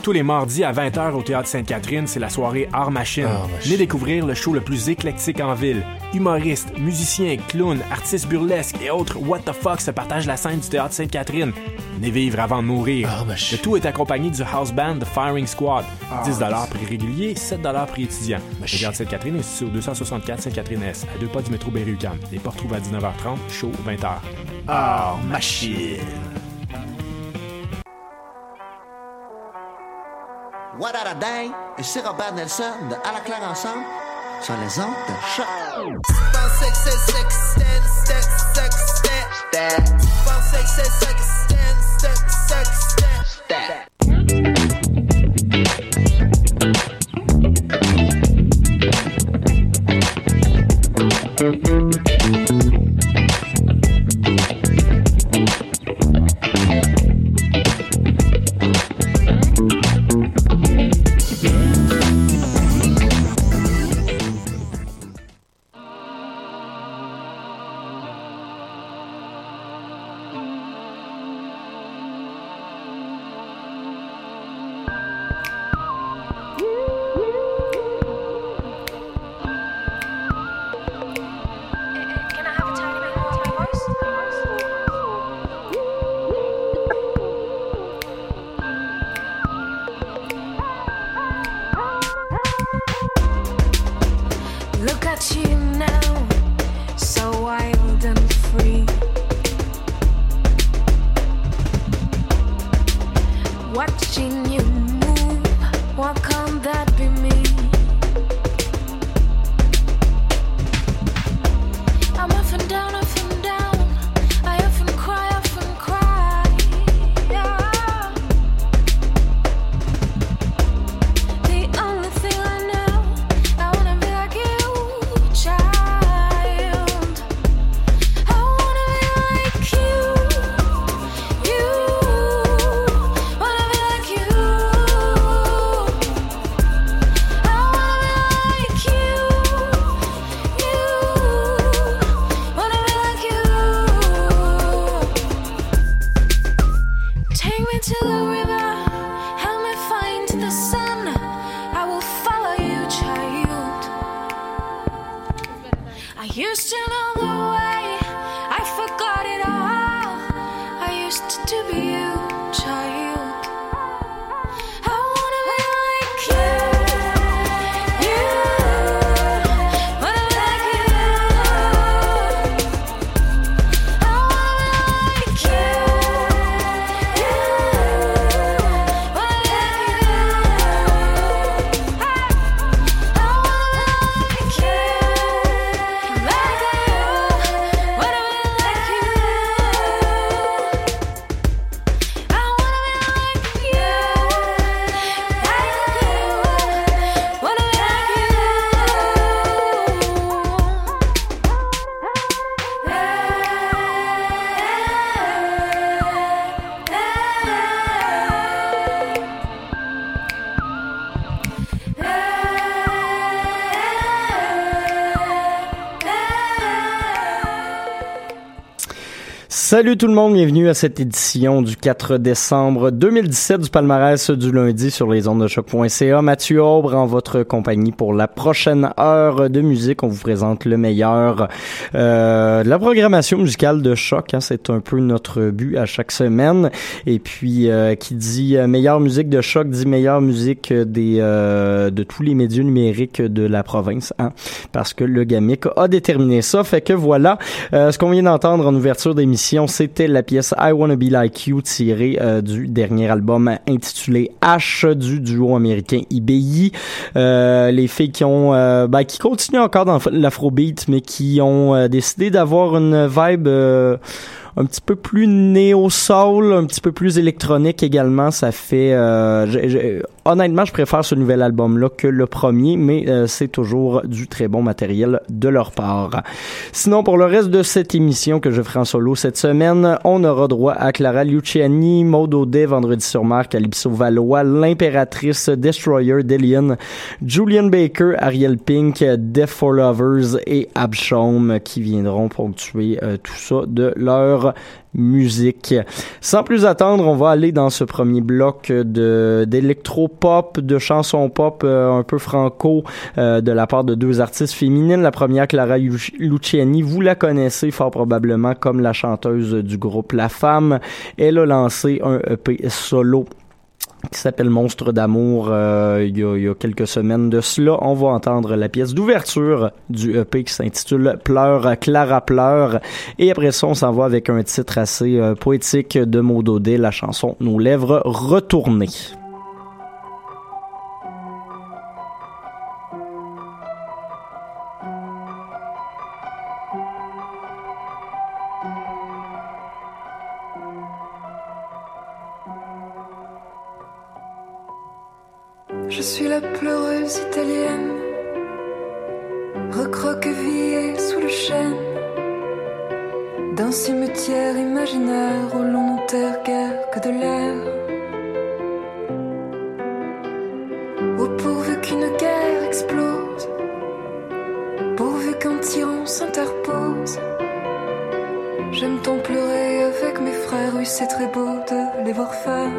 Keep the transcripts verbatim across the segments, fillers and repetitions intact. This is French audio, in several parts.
tous les mardis à vingt heures au Théâtre Sainte-Catherine, c'est la soirée Art Machine. Art Machine. Venez découvrir le show le plus éclectique en ville. Humoristes, musiciens, clowns, artistes burlesques et autres what the fuck se partagent la scène du Théâtre Sainte-Catherine. Venez vivre avant de mourir. Art Machine. Le tout est accompagné du house band The Firing Squad. dix dollars prix régulier, sept dollars prix étudiant. Le Théâtre Sainte-Catherine est situé au deux cent soixante-quatre Sainte-Catherine-Est, à deux pas du métro Berry-UQAM. Les portes trouvent à dix-neuf heures trente, show vingt heures. Art Machine. What a dang! Ici Robert Nelson de À la claire ensemble sur les ondes de choc. Salut tout le monde, bienvenue à cette édition du quatre décembre deux mille dix-sept du palmarès du lundi sur les ondes de choc point c a. Mathieu Aubre en votre compagnie pour la prochaine heure de musique. On vous présente le meilleur euh, de la programmation musicale de Choc. Hein, c'est un peu notre but à chaque semaine. Et puis, euh, qui dit euh, meilleure musique de Choc, dit meilleure musique des euh, de tous les médias numériques de la province. Hein, parce que le Gamic a déterminé ça. Fait que voilà, euh, ce qu'on vient d'entendre en ouverture d'émission, c'était la pièce I Wanna Be Like You tirée euh, du dernier album intitulé H du duo américain I B I. Euh, les filles qui ont euh, ben, qui continuent encore dans l'afrobeat mais qui ont euh, décidé d'avoir une vibe euh, un petit peu plus néo-soul, un petit peu plus électronique également. Ça fait... Euh, j'ai, j'ai, honnêtement, je préfère ce nouvel album-là que le premier, mais euh, c'est toujours du très bon matériel de leur part. Sinon, pour le reste de cette émission que je ferai en solo cette semaine, on aura droit à Clara Luciani, Maud Audet, Vendredi sur Mer, Calypso Valois, L'Impératrice, Destroyer, Delian, Julian Baker, Ariel Pink, Death for Lovers et Abschaum qui viendront ponctuer euh, tout ça de leur musique. Sans plus attendre, on va aller dans ce premier bloc de d'électro-pop, de chansons pop euh, un peu franco euh, de la part de deux artistes féminines. La première, Clara Luciani, vous la connaissez fort probablement comme la chanteuse du groupe La Femme. Elle a lancé un E P solo qui s'appelle Monstre d'amour euh, il, y a, il y a quelques semaines de cela. On va entendre la pièce d'ouverture du E P qui s'intitule Pleure, Clara pleure. Et après ça, on s'en va avec un titre assez euh, poétique de Maud Audet, la chanson Nos lèvres retournées. Je suis la pleureuse italienne, recroquevillée sous le chêne d'un cimetière imaginaire où l'on n'enterre guère que de l'air. Oh, pourvu qu'une guerre explose, pourvu qu'un tyran s'interpose, j'aime tant pleurer avec mes frères, oui c'est très beau de les voir faire.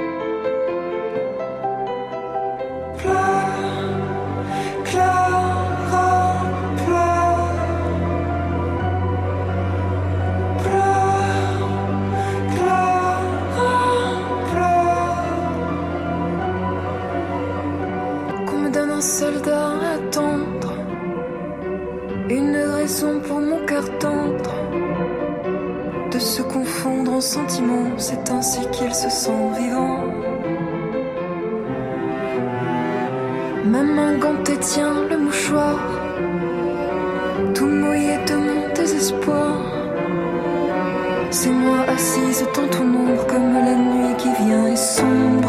Soldat à attendre, une raison pour mon cœur tendre de se confondre en sentiments, c'est ainsi qu'il se sent vivant. Ma main gantée tient le mouchoir, tout mouillé de mon désespoir. C'est moi assise dans ton ombre, comme la nuit qui vient et sombre.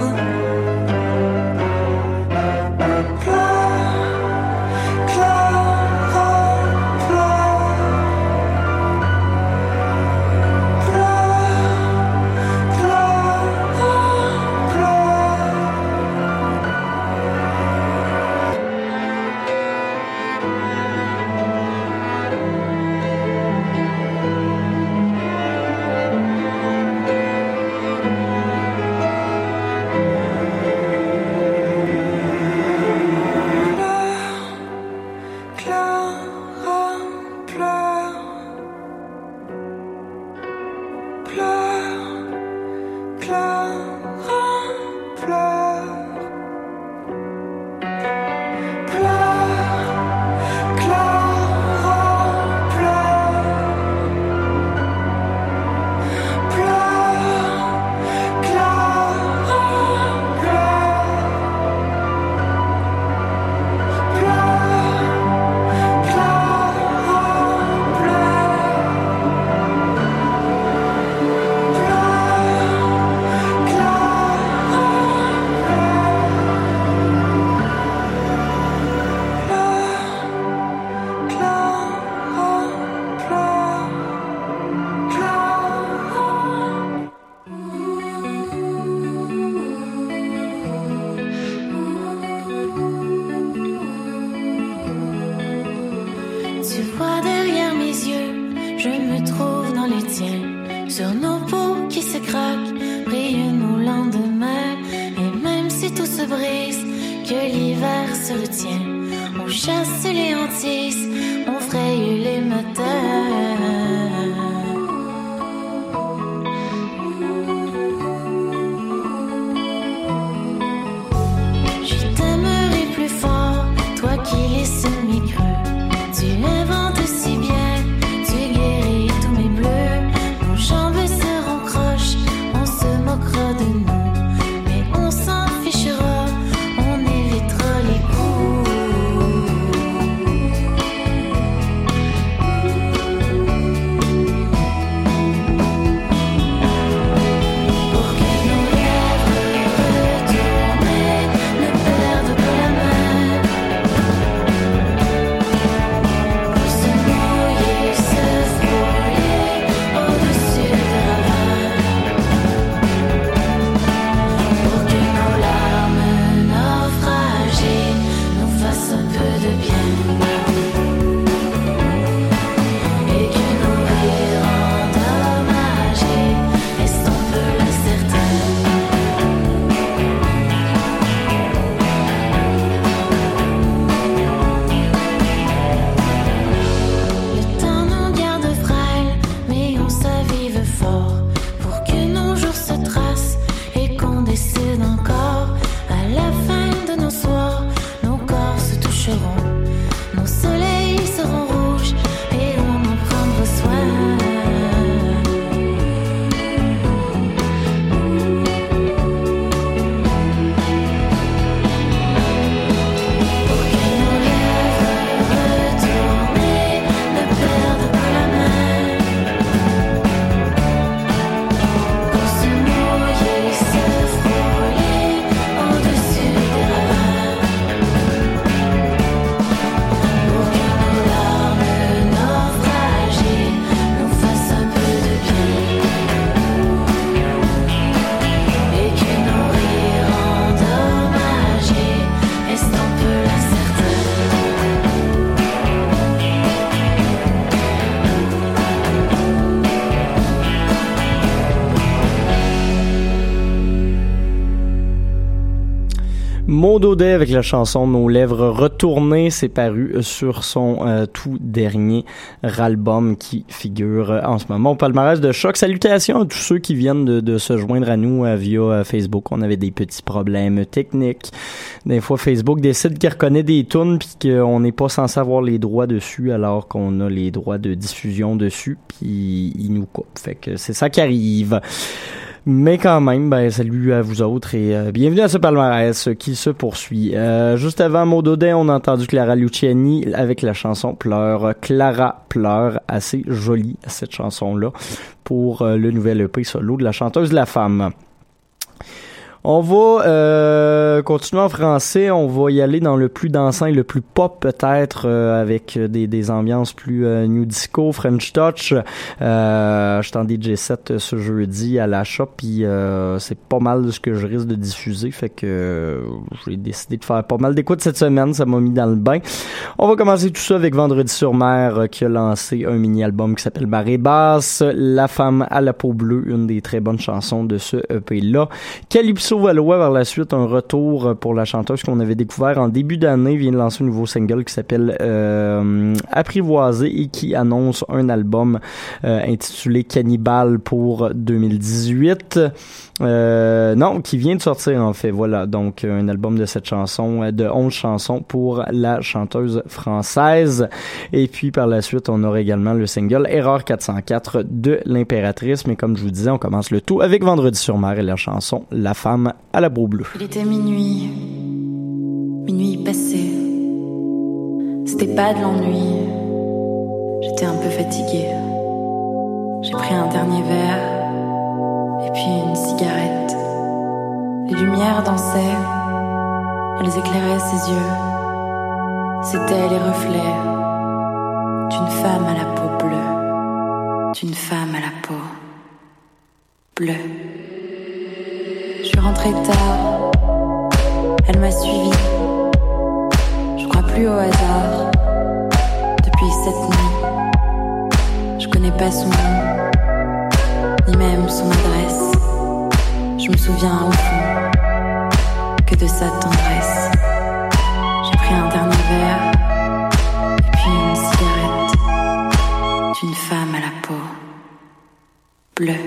On évitera les coups. Maud Audet avec la chanson Nos lèvres retournées, c'est paru sur son euh, tout dernier album qui figure euh, en ce moment au palmarès de Choc. Salutations à tous ceux qui viennent de, de se joindre à nous euh, via euh, Facebook. On avait des petits problèmes techniques. Des fois, Facebook décide qu'il reconnaît des tunes puis qu'on n'est pas censé avoir les droits dessus alors qu'on a les droits de diffusion dessus puis il nous coupe. Fait que c'est ça qui arrive. Mais quand même, ben salut à vous autres et euh, bienvenue à ce palmarès qui se poursuit. Euh, juste avant Maud Audet, on a entendu Clara Luciani avec la chanson Pleure. Clara pleure, assez jolie cette chanson-là pour euh, le nouvel E P solo de la chanteuse La Femme. On va euh, continuer en français, on va y aller dans le plus dansant et le plus pop peut-être euh, avec des, des ambiances plus euh, new disco, French touch. Euh, je suis en D J set ce jeudi à la shop puis euh, c'est pas mal de ce que je risque de diffuser, fait que euh, j'ai décidé de faire pas mal d'écoutes cette semaine, ça m'a mis dans le bain. On va commencer tout ça avec Vendredi sur mer euh, qui a lancé un mini-album qui s'appelle Marée basse, La femme à la peau bleue, une des très bonnes chansons de ce E P-là. Calypso Valois, par la suite, un retour pour la chanteuse qu'on avait découvert en début d'année, vient de lancer un nouveau single qui s'appelle euh, Apprivoisé et qui annonce un album euh, intitulé Cannibale pour deux mille dix-huit. Euh, non, qui vient de sortir en fait, voilà, donc un album de cette chanson, de onze chansons pour la chanteuse française. Et puis par la suite, on aura également le single Erreur quatre cent quatre de l'Impératrice, mais comme je vous disais, on commence le tout avec Vendredi sur mer et la chanson La femme à la peau bleue. Il était minuit, minuit passé, c'était pas de l'ennui, j'étais un peu fatiguée, j'ai pris un dernier verre et puis une cigarette. Les lumières dansaient, elles éclairaient ses yeux. C'étaient les reflets d'une femme à la peau bleue, d'une femme à la peau bleue. Je suis rentrée tard, elle m'a suivie. Je crois plus au hasard depuis cette nuit. Je connais pas son nom, ni même son adresse. Je me souviens au fond que de sa tendresse. J'ai pris un dernier verre et puis une cigarette d'une femme à la peau bleue.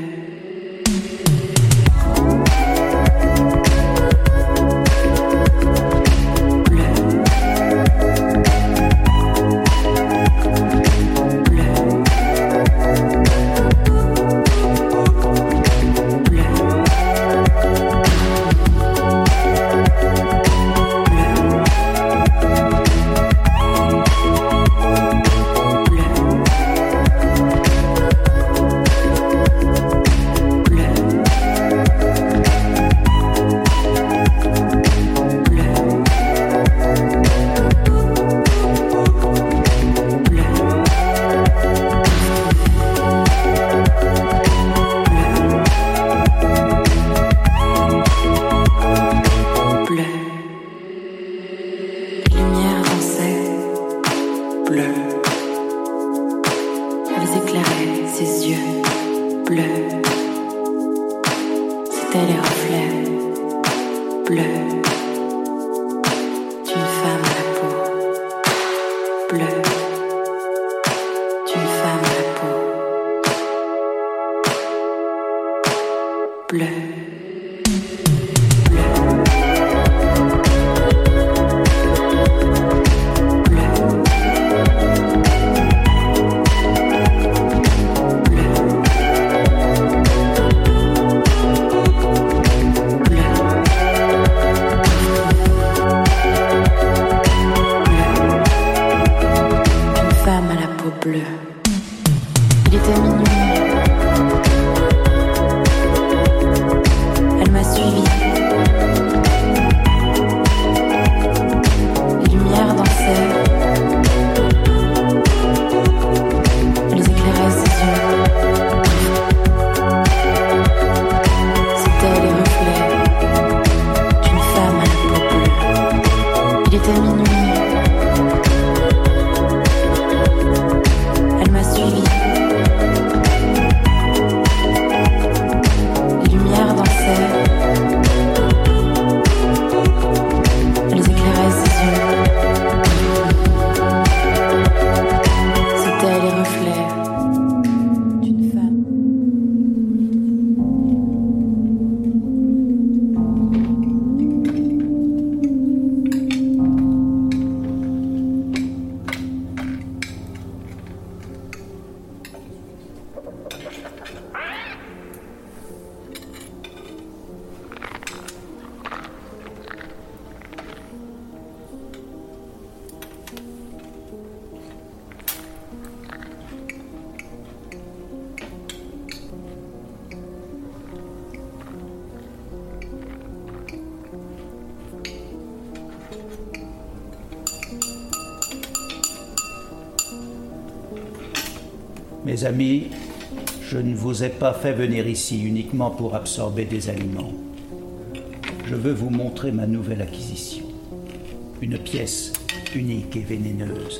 Mes amis, je ne vous ai pas fait venir ici uniquement pour absorber des aliments. Je veux vous montrer ma nouvelle acquisition. Une pièce unique et vénéneuse.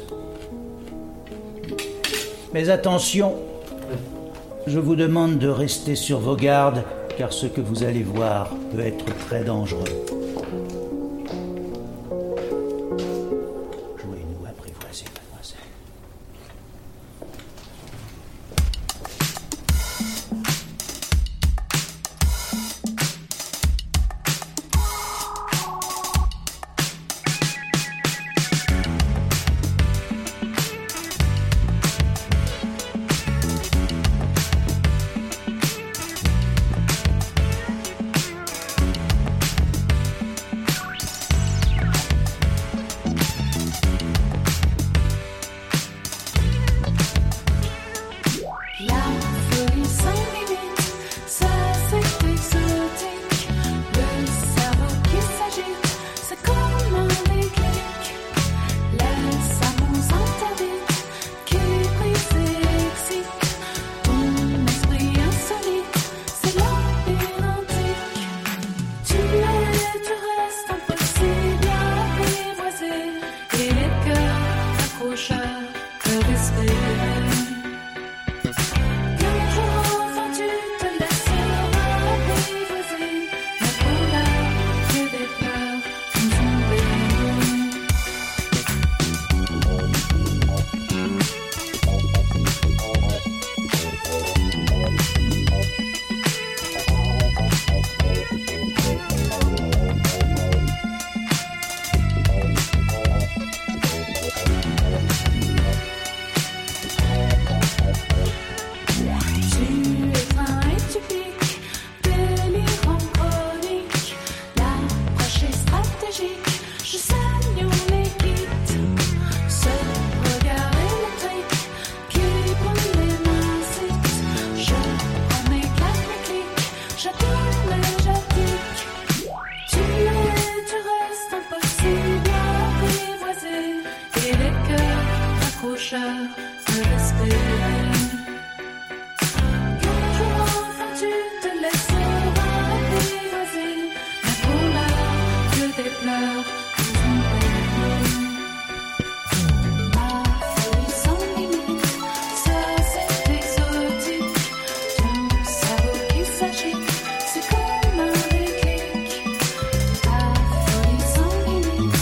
Mais attention, je vous demande de rester sur vos gardes, car ce que vous allez voir peut être très dangereux. Jouez-nous apprivoisés, mademoiselle.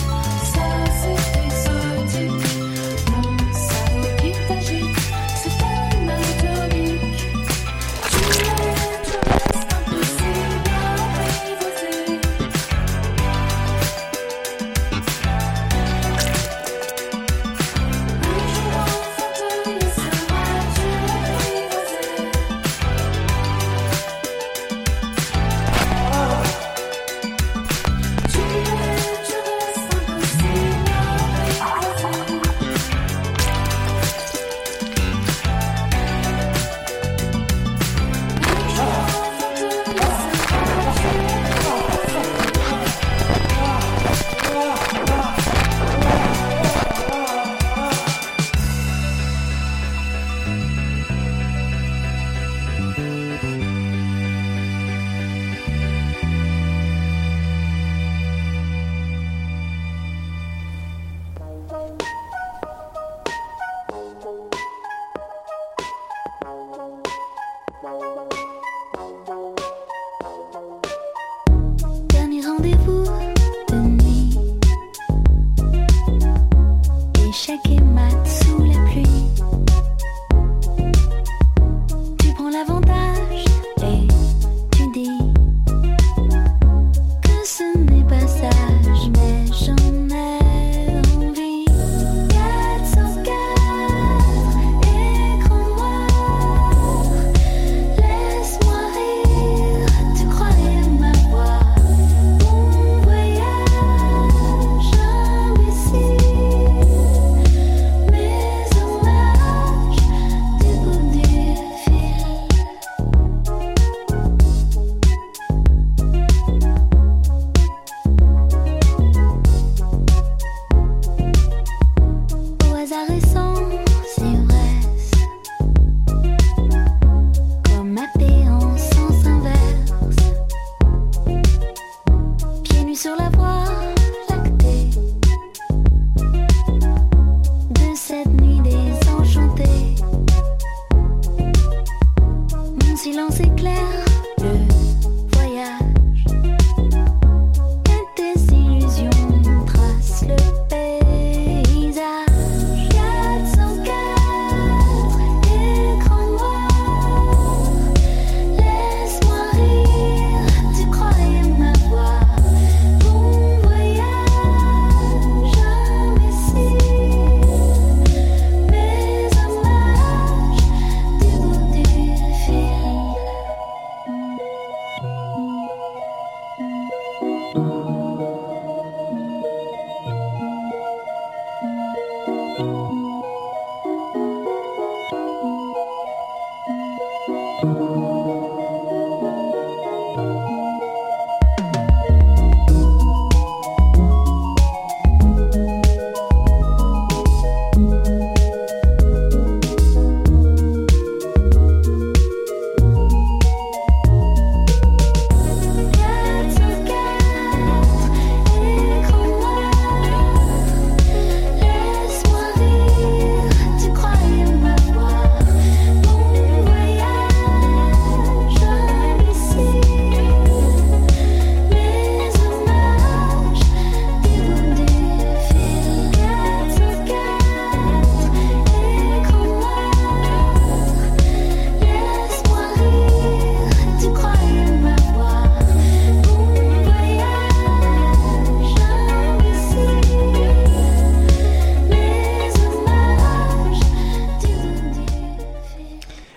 C'est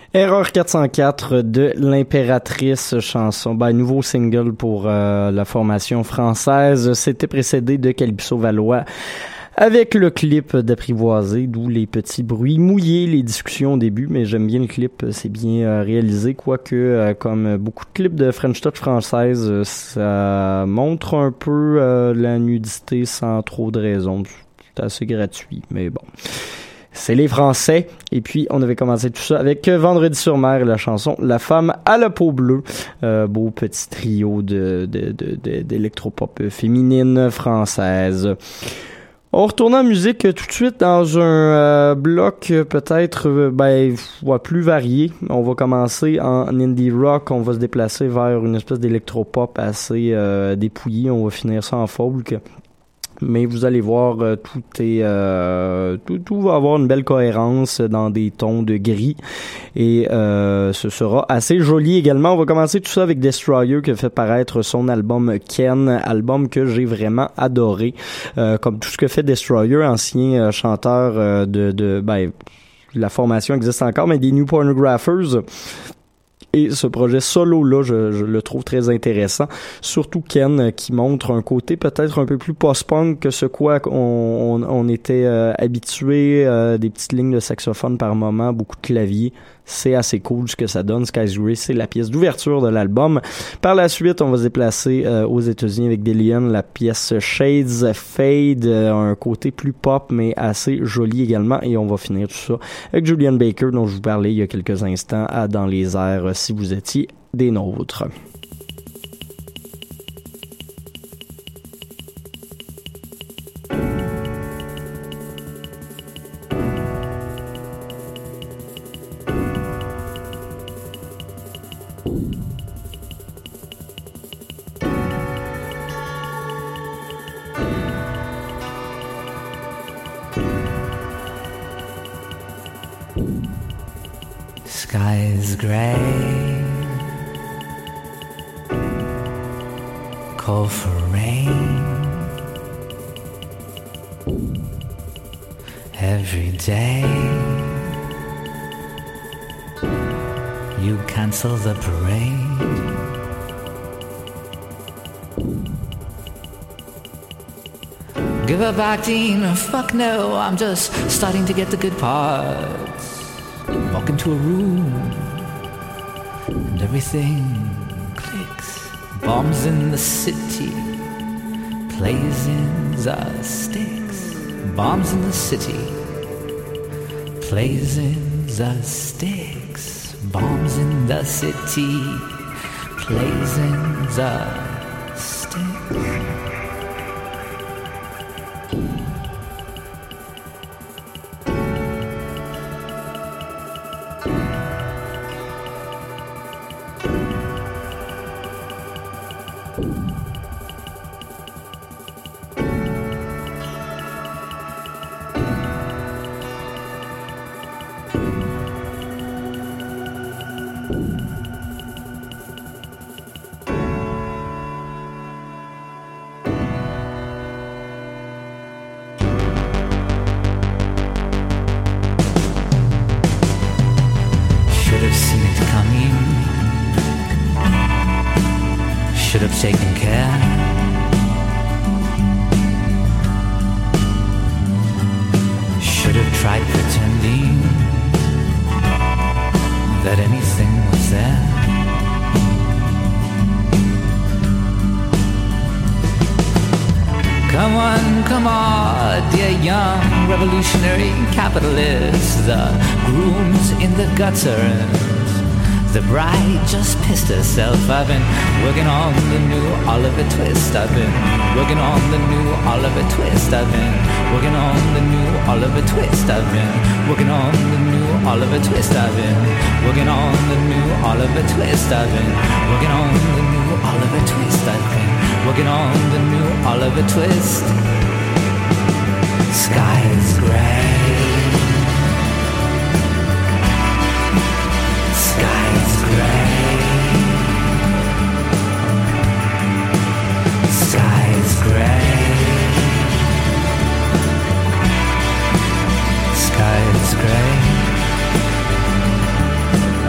Erreur quatre cent quatre de l'Impératrice, chanson, ben, nouveau single pour euh, la formation française. C'était précédé de Calypso Valois avec le clip d'Apprivoisé, d'où les petits bruits mouillés, les discussions au début, mais j'aime bien le clip, c'est bien euh, réalisé, quoique euh, comme beaucoup de clips de French Touch française, euh, ça montre un peu euh, la nudité sans trop de raison. C'est assez gratuit, mais bon. C'est les Français. Et puis, on avait commencé tout ça avec Vendredi sur mer, la chanson La femme à la peau bleue. Euh, beau petit trio de, de, de, de, d'électropop féminine française. On retourne en musique tout de suite dans un euh, bloc peut-être euh, ben, ouais, plus varié. On va commencer en indie rock. On va se déplacer vers une espèce d'électropop assez euh, dépouillé. On va finir ça en folk. Mais vous allez voir, euh, tout est euh, tout, tout va avoir une belle cohérence dans des tons de gris et euh, ce sera assez joli également. On va commencer tout ça avec Destroyer qui a fait paraître son album Ken, album que j'ai vraiment adoré. Euh, comme tout ce que fait Destroyer, ancien euh, chanteur euh, de, de ben, la formation existe encore, mais des New Pornographers. Et ce projet solo-là, je, je le trouve très intéressant. Surtout Ken, qui montre un côté peut-être un peu plus post-punk que ce quoi on, on, on était euh, habitué, euh, des petites lignes de saxophone par moment, beaucoup de clavier. C'est assez cool ce que ça donne. Sky's Grey, c'est la pièce d'ouverture de l'album. Par la suite, on va se déplacer euh, aux États-Unis avec Delian, la pièce Shades Fade, euh, un côté plus pop, mais assez joli également. Et on va finir tout ça avec Julian Baker, dont je vous parlais il y a quelques instants, à Dans les airs, si vous étiez des nôtres. Sky's gray, call for rain. Every day you cancel the parade. Give up acting, fuck no, I'm just starting to get the good parts. Walk into a room and everything clicks. Bombs in the city, plays in the sticks. Bombs in the city, plays in the sticks. Bombs in the city, plays in the sticks. Taken care. Should have tried pretending that anything was there. Come on, come on, dear young revolutionary capitalists. The grooms in the gutter. The bride just pissed herself. I've been working on the new Oliver Twist. I've been working on the new Oliver Twist. I've been working on the new Oliver Twist. I've been working on the new Oliver Twist. I've been working on the new Oliver Twist. I've been working on the new Oliver Twist. I've been working on the new Oliver Twist. Sky's gray. Sky's gray. Sky's gray. Sky's gray.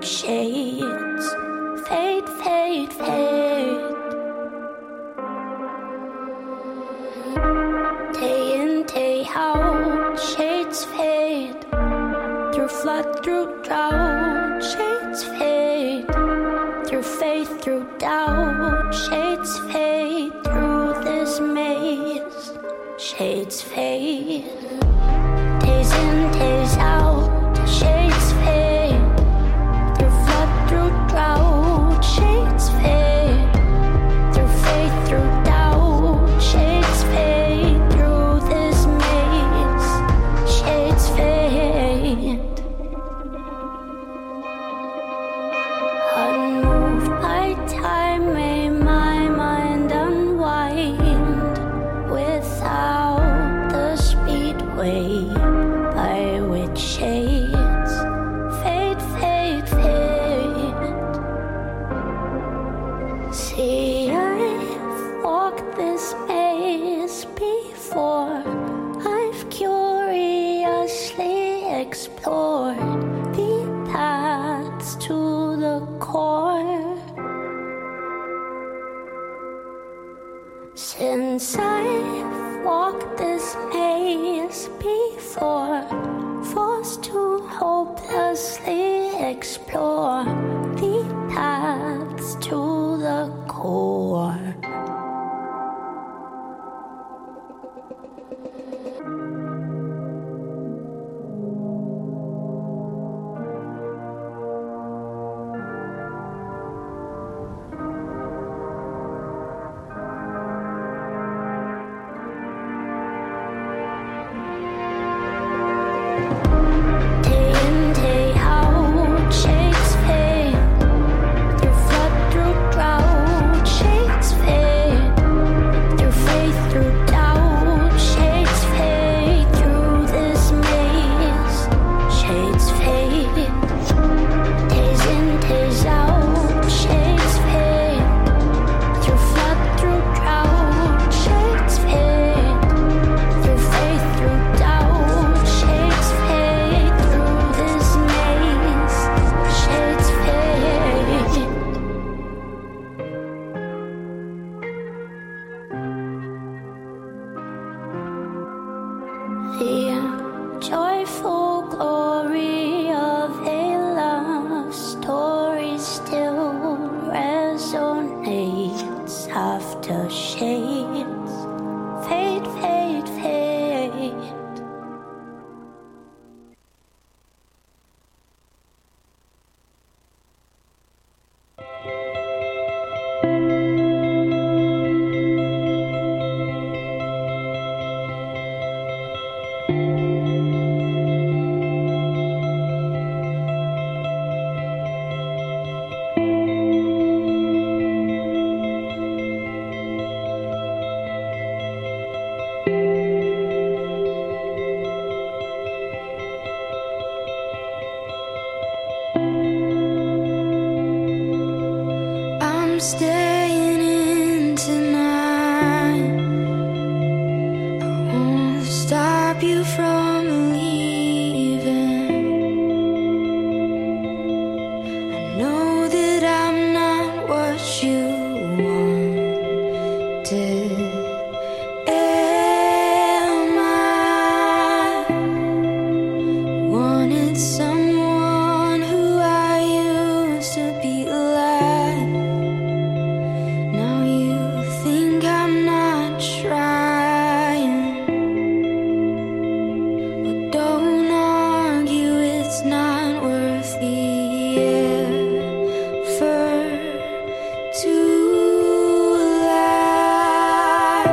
shades fade, fade, fade. Day in, day out, shades fade. Through flood, through drought, shades fade. Through faith, through doubt, shades fade. Through this maze, shades fade. Days in, days out, shades fade. Through flood, through drought, shades fade. Through faith, through doubt, shades fade. Through this maze, shades fade. Unmoved by time, may my mind unwind without the speedway by which shades fade, fade, fade. See, I've walked this maze before. I've curiously explored the paths to the core. Since I've walked this maze before, forced to hopelessly explore the paths to the core. Day in, day out, shades fade. Through flood, through drought, shades fade. Through faith, through doubt, shades fade. Through this maze, shades fade. Days in, days out, shades fade. Through flood, through drought, shades fade. Through faith, through doubt, shades fade. Through this maze, shades fade. The joyful glory of a love story still resonates after shades fade, fade, fade. I'm staying in tonight. I won't stop you from leaving. I know that I'm not what you wanted. Am I? Wanted someone who I used to be like. Now you think I'm not trying. Well, don't argue, it's not worth the effort to lie.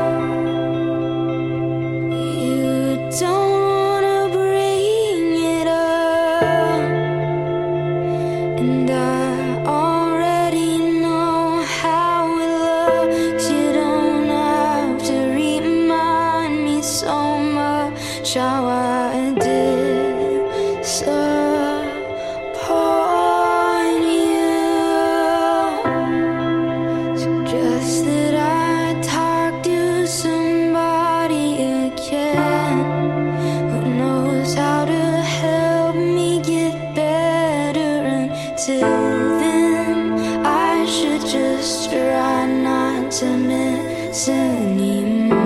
You don't wanna bring it up, and I already know how it looks. You don't have to remind me so much how I disappoint you. Suggest that I talk to somebody again who knows how to help me get better until just try not to miss anymore.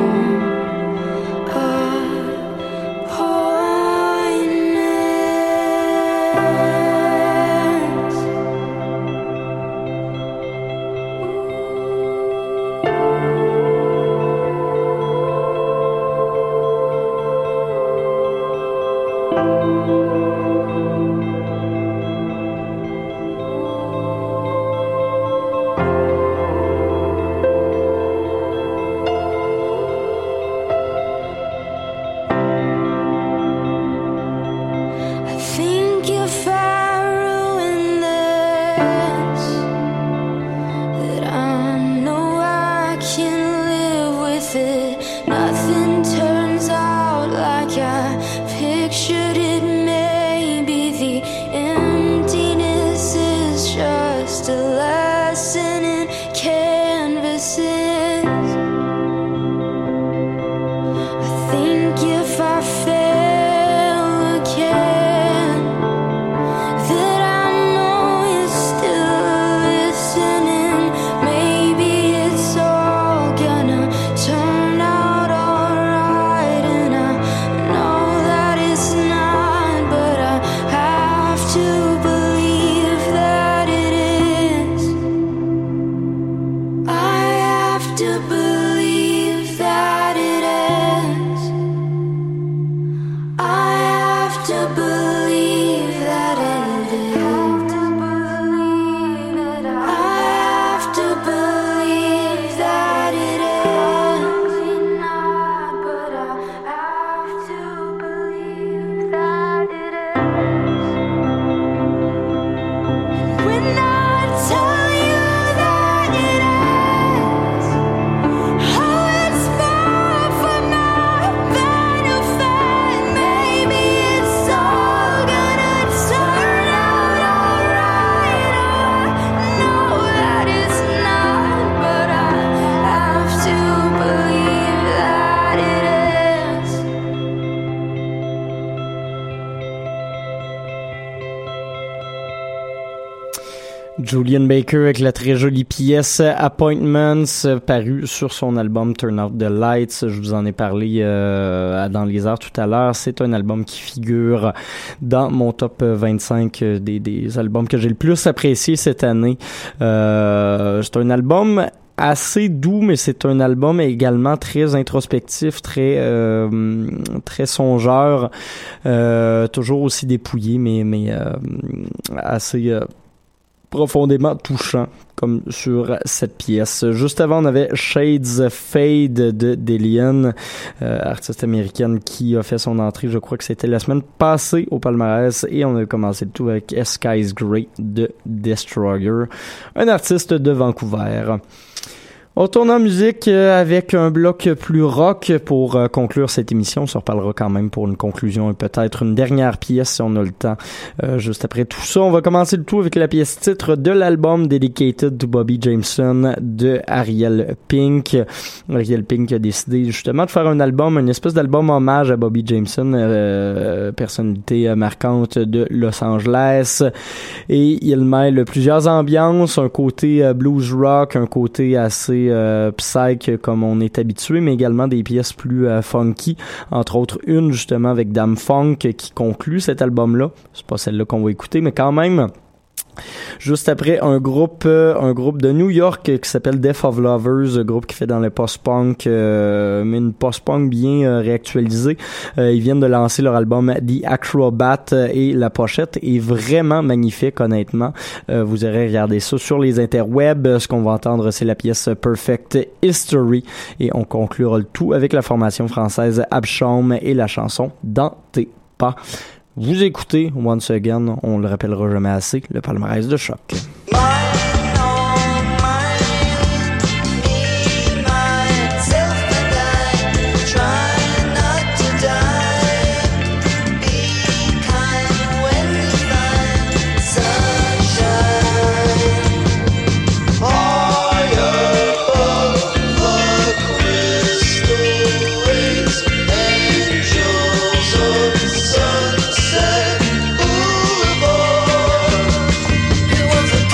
Julian Baker avec la très jolie pièce Appointments, parue sur son album Turn Out the Lights. Je vous en ai parlé euh, dans les heures tout à l'heure. C'est un album qui figure dans mon top vingt-cinq des, des albums que j'ai le plus apprécié cette année. Euh, c'est un album assez doux, mais c'est un album également très introspectif, très euh, très songeur, euh, toujours aussi dépouillé, mais mais euh, assez euh, profondément touchant, comme sur cette pièce. Juste avant, on avait Shades Fade de Delian, euh, artiste américaine qui a fait son entrée, je crois que c'était la semaine passée au palmarès, et on a commencé le tout avec Sky's Grey de Destroyer, un artiste de Vancouver. On tourne en musique avec un bloc plus rock pour euh, conclure cette émission. On se reparlera quand même pour une conclusion et peut-être une dernière pièce si on a le temps. Euh, juste après tout ça, on va commencer le tout avec la pièce titre de l'album Dedicated to Bobby Jameson de Ariel Pink. Ariel Pink a décidé justement de faire un album, une espèce d'album hommage à Bobby Jameson, euh, personnalité marquante de Los Angeles. Et il mêle plusieurs ambiances, un côté euh, blues rock, un côté assez Euh, psych comme on est habitué, mais également des pièces plus euh, funky, entre autres une justement avec Dame Funk qui conclut cet album-là. C'est pas celle-là qu'on va écouter, mais quand même. Juste après, un groupe euh, un groupe de New York qui s'appelle Death of Lovers, un groupe qui fait dans le post-punk, euh, mais une post-punk bien euh, réactualisée. Euh, ils viennent de lancer leur album The Acrobat et la pochette est vraiment magnifique, honnêtement. Euh, vous aurez regardé ça sur les interwebs. Ce qu'on va entendre, c'est la pièce Perfect History et on conclura le tout avec la formation française Abschaum et la chanson Dans tes pas. Vous écoutez, once again, on le rappellera jamais assez, le palmarès de Choc. It was a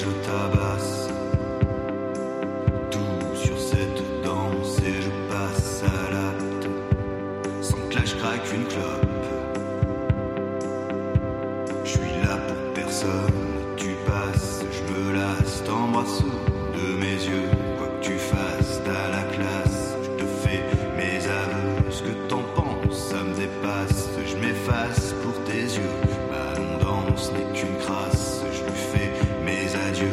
je tabasse tout sur cette danse et je passe à l'acte sans que là je craque une clope. Je suis là pour personne, tu passes, je me lasse, t'embrasse de mes yeux, quoi que tu fasses, t'as la classe, je te fais mes aveux, ce que t'en penses, ça me dépasse, je m'efface pour tes yeux, ma non-danse n'est qu'une crasse, je lui fais mes adieux.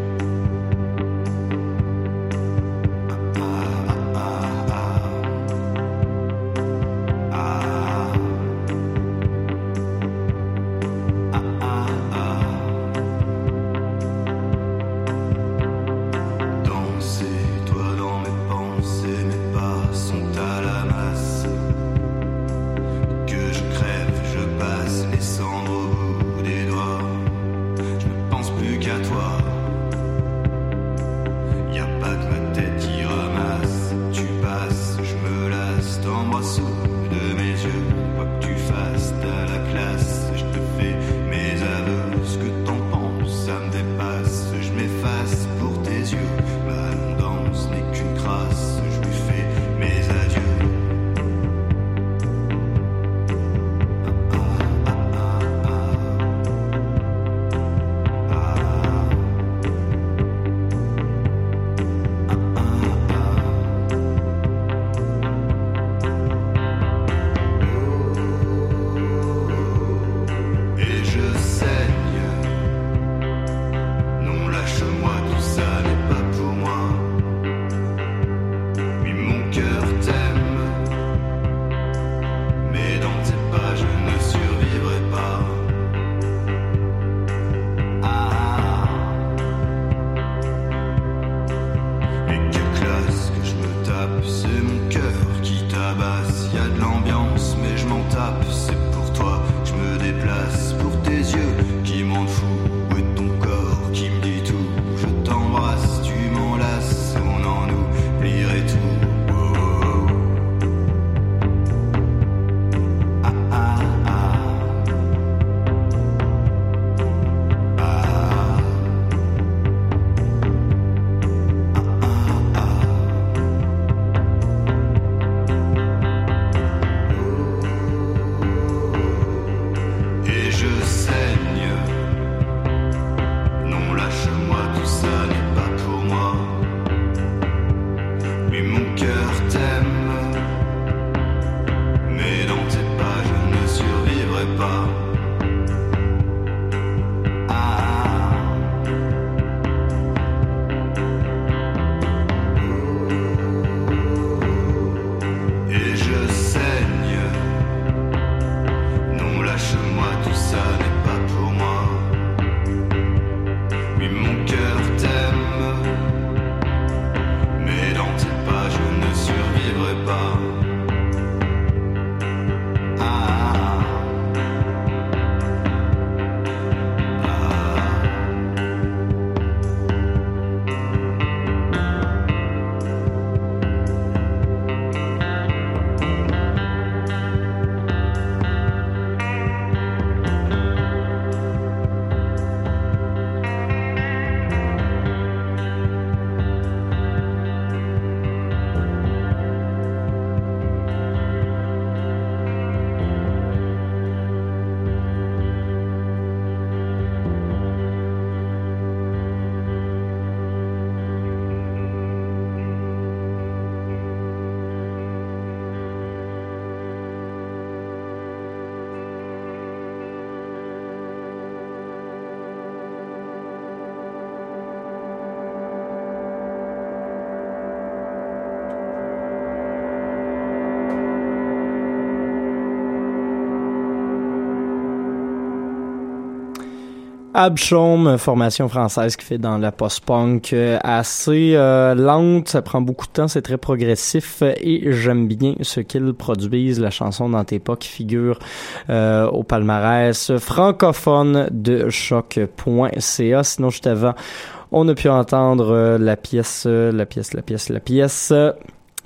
Abschaum, formation française qui fait dans la post-punk euh, assez euh, lente, ça prend beaucoup de temps, c'est très progressif et j'aime bien ce qu'ils produisent. La chanson Dans tes pas qui figure euh, au palmarès francophone de choc point c a. Sinon, juste avant, on a pu entendre euh, la pièce, euh, la pièce, la pièce, la pièce...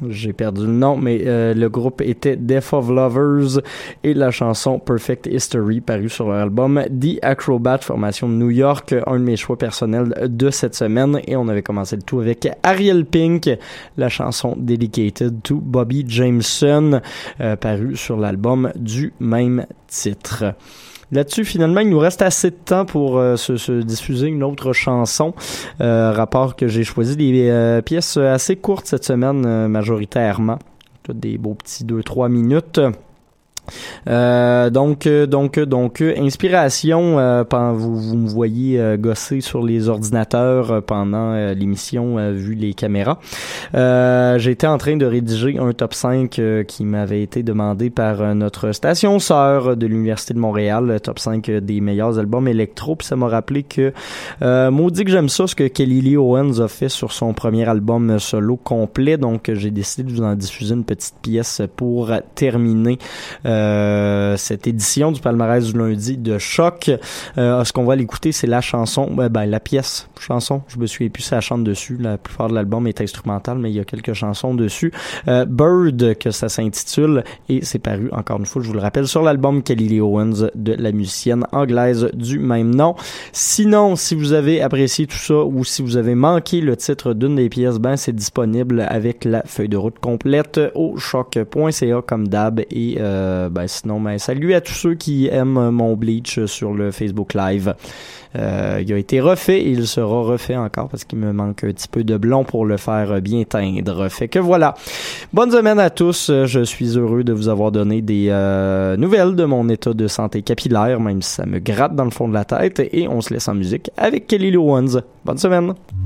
J'ai perdu le nom, mais euh, le groupe était Death of Lovers et la chanson Perfect History, parue sur leur album The Acrobat, formation de New York, un de mes choix personnels de cette semaine. Et on avait commencé le tout avec Ariel Pink, la chanson Dedicated to Bobby Jameson, euh, parue sur l'album du même titre. Là-dessus, finalement, il nous reste assez de temps pour euh, se, se diffuser une autre chanson. Euh, rapport que j'ai choisi des euh, pièces assez courtes cette semaine, euh, majoritairement. Toutes des beaux petits deux trois minutes. Euh, donc, donc, donc, inspiration. Euh, pendant, vous, vous me voyez euh, gosser sur les ordinateurs pendant euh, l'émission, euh, vu les caméras. Euh, j'étais en train de rédiger un top cinq euh, qui m'avait été demandé par euh, notre station sœur de l'Université de Montréal, le top cinq des meilleurs albums électro. Puis ça m'a rappelé que, euh, maudit que j'aime ça, ce que Kelly Lee Owens a fait sur son premier album solo complet. Donc, j'ai décidé de vous en diffuser une petite pièce pour terminer Euh, Euh, cette édition du palmarès du lundi de Choc. Euh, ce qu'on va l'écouter, c'est la chanson, ben, ben la pièce chanson. Je me souviens plus si elle chante dessus. La plupart de l'album est instrumental, mais il y a quelques chansons dessus. Euh, Bird, que ça s'intitule, et c'est paru, encore une fois, je vous le rappelle, sur l'album Kelly Lee Owens de la musicienne anglaise du même nom. Sinon, si vous avez apprécié tout ça ou si vous avez manqué le titre d'une des pièces, ben c'est disponible avec la feuille de route complète au choc point c a comme d'hab. Et euh, ben sinon, ben salut à tous ceux qui aiment mon Bleach sur le Facebook Live. Euh, il a été refait et il sera refait encore parce qu'il me manque un petit peu de blond pour le faire bien teindre. Fait que voilà. Bonne semaine à tous. Je suis heureux de vous avoir donné des euh, nouvelles de mon état de santé capillaire, même si ça me gratte dans le fond de la tête. Et on se laisse en musique avec Kelly Lee Owens. Bonne semaine.